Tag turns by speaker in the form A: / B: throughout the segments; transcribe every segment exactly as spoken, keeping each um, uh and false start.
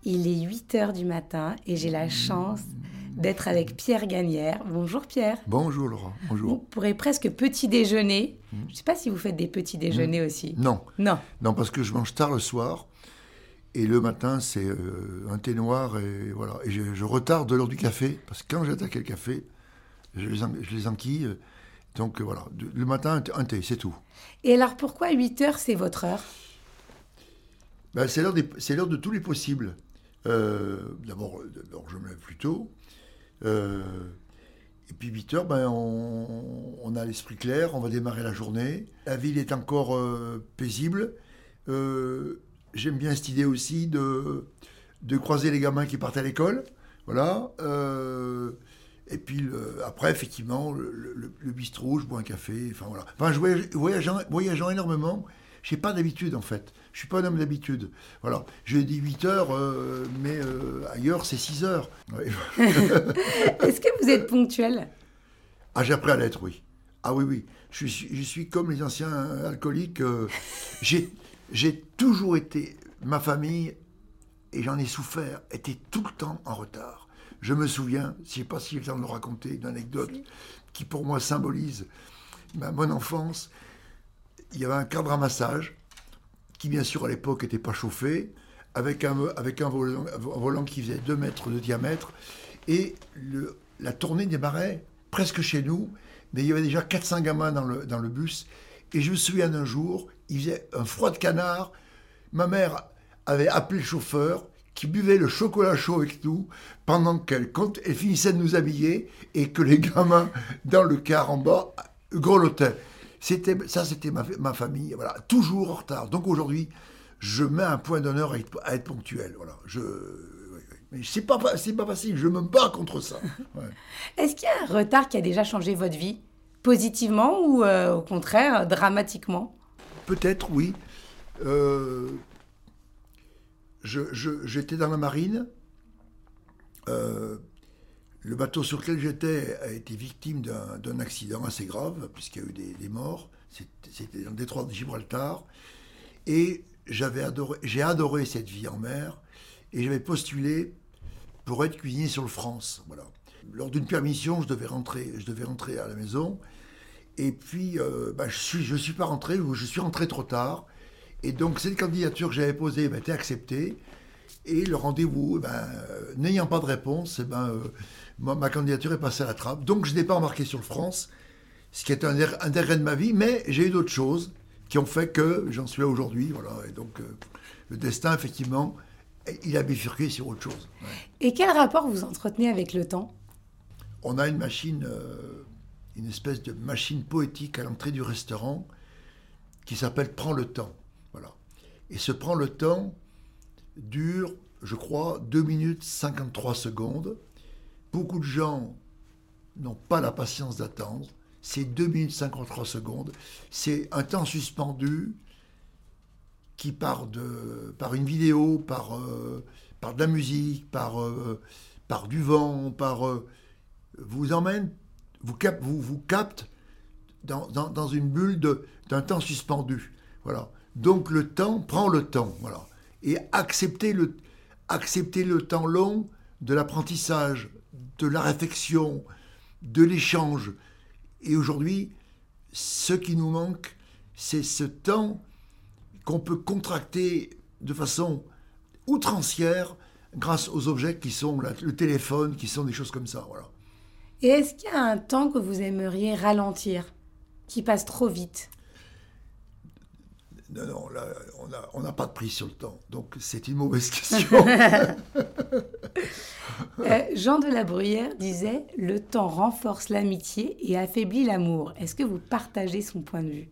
A: Il est huit heures du matin et j'ai la chance d'être avec Pierre Gagnaire. Bonjour Pierre.
B: Bonjour Laura, bonjour.
A: Vous pourrez presque petit déjeuner. Mmh. Je ne sais pas si vous faites des petits déjeuners mmh. aussi.
B: Non.
A: Non.
B: Non, parce que je mange tard le soir. Et le matin, c'est euh, un thé noir. Et voilà. Et je, je retarde l'heure du café. Parce que quand j'attaque le café, je les, en, je les enquille. Donc voilà. Le matin, un thé, c'est tout.
A: Et alors pourquoi huit heures, c'est votre heure ?
B: Ben, c'est, l'heure des, c'est l'heure de tous les possibles. Euh, d'abord, d'abord, je me lève plus tôt. Euh, et puis huit heures, ben, on, on a l'esprit clair, on va démarrer la journée. La ville est encore euh, paisible. Euh, j'aime bien cette idée aussi de, de croiser les gamins qui partent à l'école. Voilà. Euh, et puis le, après, effectivement, le, le, le bistrot, je bois un café. Enfin, voilà. Enfin, je voyage, voyageant, voyageant énormément. Je n'ai pas d'habitude, en fait. Je ne suis pas un homme d'habitude. Voilà. Je dis huit heures, euh, mais euh, ailleurs, c'est six heures. Ouais.
A: Est-ce que vous êtes ponctuel ?
B: Ah, j'ai appris à l'être, oui. Ah oui, oui. Je suis, je suis comme les anciens alcooliques. Euh, j'ai, j'ai toujours été... Ma famille, et j'en ai souffert, était tout le temps en retard. Je me souviens, je ne sais pas si j'ai le temps de le raconter, une anecdote qui, pour moi, symbolise ma bonne enfance. Il y avait un cadre à massage qui, bien sûr, à l'époque, n'était pas chauffé, avec un, avec un, volant, un volant qui faisait deux mètres de diamètre. Et le, la tournée démarrait presque chez nous, mais il y avait déjà quatre cents gamins dans le, dans le bus. Et je me souviens d'un jour, il faisait un froid de canard. Ma mère avait appelé le chauffeur qui buvait le chocolat chaud avec nous pendant qu'elle elle finissait de nous habiller et que les gamins dans le car en bas grelottaient. C'était, ça, c'était ma, ma famille, voilà, toujours en retard. Donc aujourd'hui, je mets un point d'honneur à être, à être ponctuel. Voilà. Je, oui, oui. Mais c'est pas, c'est pas facile, je me bats contre ça. Ouais.
A: Est-ce qu'il y a un retard qui a déjà changé votre vie, positivement ou euh, au contraire, dramatiquement ?
B: Peut-être, oui. Euh, je, je, j'étais dans la marine. Euh, Le bateau sur lequel j'étais a été victime d'un, d'un accident assez grave, puisqu'il y a eu des, des morts. C'était, c'était dans le détroit de Gibraltar. Et j'avais adoré, j'ai adoré cette vie en mer. Et j'avais postulé pour être cuisinier sur le France. Voilà. Lors d'une permission, je devais rentrer, je devais rentrer à la maison. Et puis, euh, bah, je ne suis, je suis pas rentré, je suis rentré trop tard. Et donc, cette candidature que j'avais posée bah, était acceptée. Et le rendez-vous, ben, euh, n'ayant pas de réponse, eh ben, euh, ma, ma candidature est passée à la trappe. Donc je n'ai pas embarqué sur le France, ce qui est un, un des regrets de ma vie, mais j'ai eu d'autres choses qui ont fait que j'en suis là aujourd'hui. Voilà. Et donc euh, le destin, effectivement, il a bifurqué sur autre chose. Ouais.
A: Et quel rapport vous entretenez avec le temps ?
B: On a une machine, euh, une espèce de machine poétique à l'entrée du restaurant qui s'appelle « Prends le temps ». Voilà. Et ce « Prends le temps » dure, je crois, deux minutes cinquante-trois secondes. Beaucoup de gens n'ont pas la patience d'attendre. C'est deux minutes cinquante-trois secondes. C'est un temps suspendu qui part, de, par une vidéo, par, euh, par de la musique, par, euh, par du vent, par, euh, vous emmène, vous, cap, vous, vous capte dans, dans, dans une bulle de, d'un temps suspendu. Voilà. Donc le temps prend le temps. Voilà. Et accepter le, accepter le temps long de l'apprentissage, de la réflexion, de l'échange. Et aujourd'hui, ce qui nous manque, c'est ce temps qu'on peut contracter de façon outrancière grâce aux objets qui sont la, le téléphone, qui sont des choses comme ça. Voilà.
A: Et est-ce qu'il y a un temps que vous aimeriez ralentir, qui passe trop vite ?
B: Non, non, là, on n'a on a pas de prise sur le temps. Donc, c'est une mauvaise question.
A: euh, Jean de la Bruyère disait « Le temps renforce l'amitié et affaiblit l'amour ». Est-ce que vous partagez son point de vue ?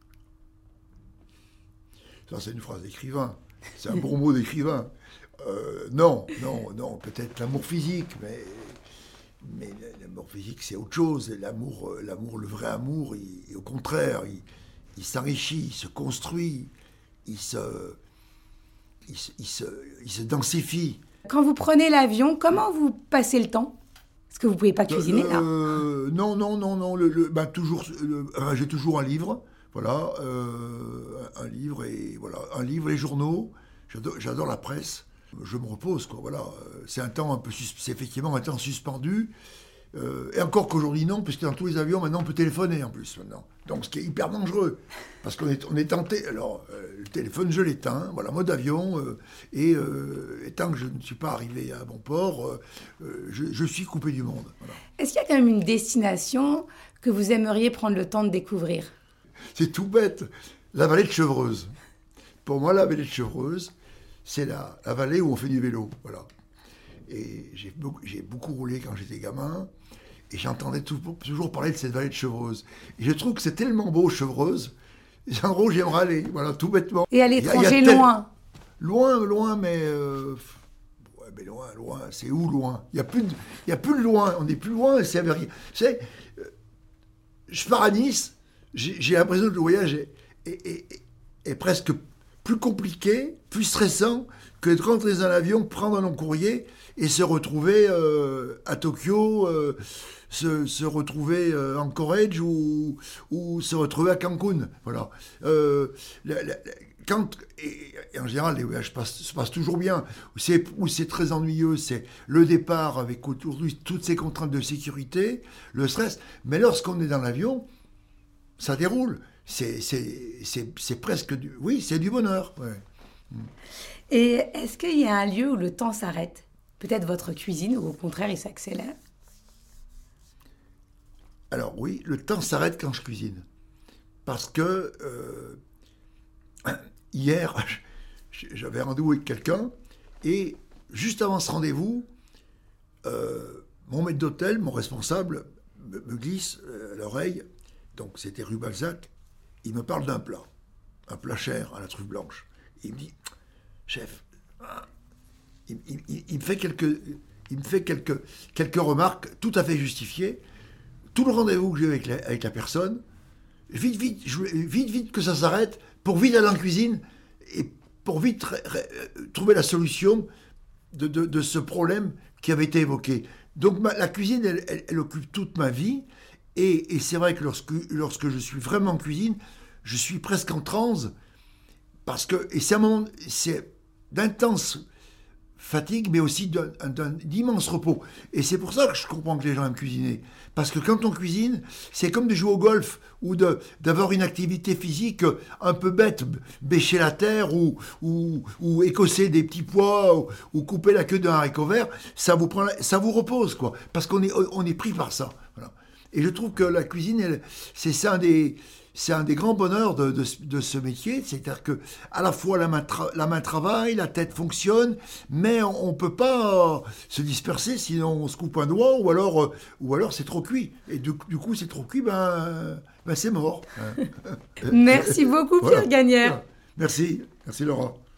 B: Ça, c'est une phrase d'écrivain. C'est un bon mot d'écrivain. Euh, non, non, non. Peut-être l'amour physique, mais, mais l'amour physique, c'est autre chose. L'amour, l'amour, le vrai amour, il, au contraire, il... Il s'enrichit, il se construit, il se, il se, il se, il se densifie.
A: Quand vous prenez l'avion, comment vous passez le temps ? Parce que vous ne pouvez pas cuisiner, là.
B: Euh, non, non, non, non. Le, le, ben, toujours, le, euh, j'ai toujours un livre, voilà, euh, un livre et voilà, un livre, les journaux. J'adore, j'adore la presse. Je me repose, quoi, voilà. C'est un temps un peu, sus- c'est effectivement un temps suspendu. Euh, et encore qu'aujourd'hui, non, puisque dans tous les avions, maintenant, on peut téléphoner en plus, maintenant. Donc, ce qui est hyper dangereux. Parce qu'on est, on est tenté. Alors, euh, le téléphone, je l'éteins, voilà, mode avion. Euh, et, euh, et tant que je ne suis pas arrivé à bon port, euh, euh, je, je suis coupé du monde. Voilà.
A: Est-ce qu'il y a quand même une destination que vous aimeriez prendre le temps de découvrir?
B: C'est tout bête. La vallée de Chevreuse. Pour moi, la vallée de Chevreuse, c'est la, la vallée où on fait du vélo. Voilà. Et j'ai beaucoup, j'ai beaucoup roulé quand j'étais gamin. Et j'entendais tout- toujours parler de cette vallée de Chevreuse. Et je trouve que c'est tellement beau, Chevreuse. C'est un endroit où j'aimerais aller. Voilà, tout bêtement.
A: Et à
B: Il y a- il y a
A: l'étranger,
B: tel-
A: loin?
B: Loin, loin, mais... euh, ouais, mais loin, loin. C'est où, loin? Il n'y a, plus de- il y a plus de loin. On est plus loin, c'est rien. C'est... euh, Je pars à Nice, j'ai j'ai l'impression que le voyage est, est- est- est presque plus compliqué, plus stressant que de rentrer dans un avion, prendre un long courrier et se retrouver euh, à Tokyo, euh, se, se retrouver euh, en Corrège ou, ou se retrouver à Cancun. Voilà. Euh, la- la- la- quand, et, et en général, les voyages passent- se passent toujours bien. Où c'est, où c'est très ennuyeux, c'est le départ avec autour de lui toutes ces contraintes de sécurité, le stress. Mais lorsqu'on est dans l'avion, ça déroule. C'est, c'est, c'est, c'est presque du... Oui, c'est du bonheur. Ouais.
A: Et est-ce qu'il y a un lieu où le temps s'arrête? Peut-être votre cuisine, ou au contraire, il s'accélère?
B: Alors oui, le temps s'arrête quand je cuisine. Parce que euh, hier, j'avais rendez-vous avec quelqu'un et juste avant ce rendez-vous, euh, mon maître d'hôtel, mon responsable, me, me glisse euh, à l'oreille, donc c'était rue Balzac, il me parle d'un plat, un plat cher à la truffe blanche. Il me dit, chef, ah, il, il- il- il me fait quelques, il me fait quelques, quelques remarques tout à fait justifiées. Tout le rendez-vous que j'ai eu avec la, avec la personne, vite, vite, je voulais- vite, vite que ça s'arrête, pour vite aller en cuisine et pour vite ré- ré- trouver la solution de, de- de ce problème qui avait été évoqué. Donc ma- la cuisine, elle, elle- elle occupe toute ma vie. Et, et c'est vrai que lorsque, lorsque je suis vraiment en cuisine, je suis presque en transe. Parce que, et c'est un moment, c'est d'intense fatigue, mais aussi d'un, d'un immense repos. Et c'est pour ça que je comprends que les gens aiment cuisiner. Parce que quand on cuisine, c'est comme de jouer au golf ou de, d'avoir une activité physique un peu bête, bêcher la terre ou, ou, ou écosser des petits pois ou, ou couper la queue d'un haricot vert. Ça vous, prend la- ça vous repose, quoi. Parce qu'on est, on est pris par ça. Voilà. Et je trouve que la cuisine, elle, c'est ça un des... C'est un des grands bonheurs de, de, de ce métier, c'est-à-dire que à la fois la main, tra- la main travaille, la tête fonctionne, mais on ne peut pas euh, se disperser sinon on se coupe un doigt ou alors, euh, ou alors c'est trop cuit. Et du, du coup, c'est trop cuit, ben, euh, ben c'est mort.
A: Merci beaucoup, Pierre
B: Voilà.
A: Gagnère.
B: Merci, merci Laura.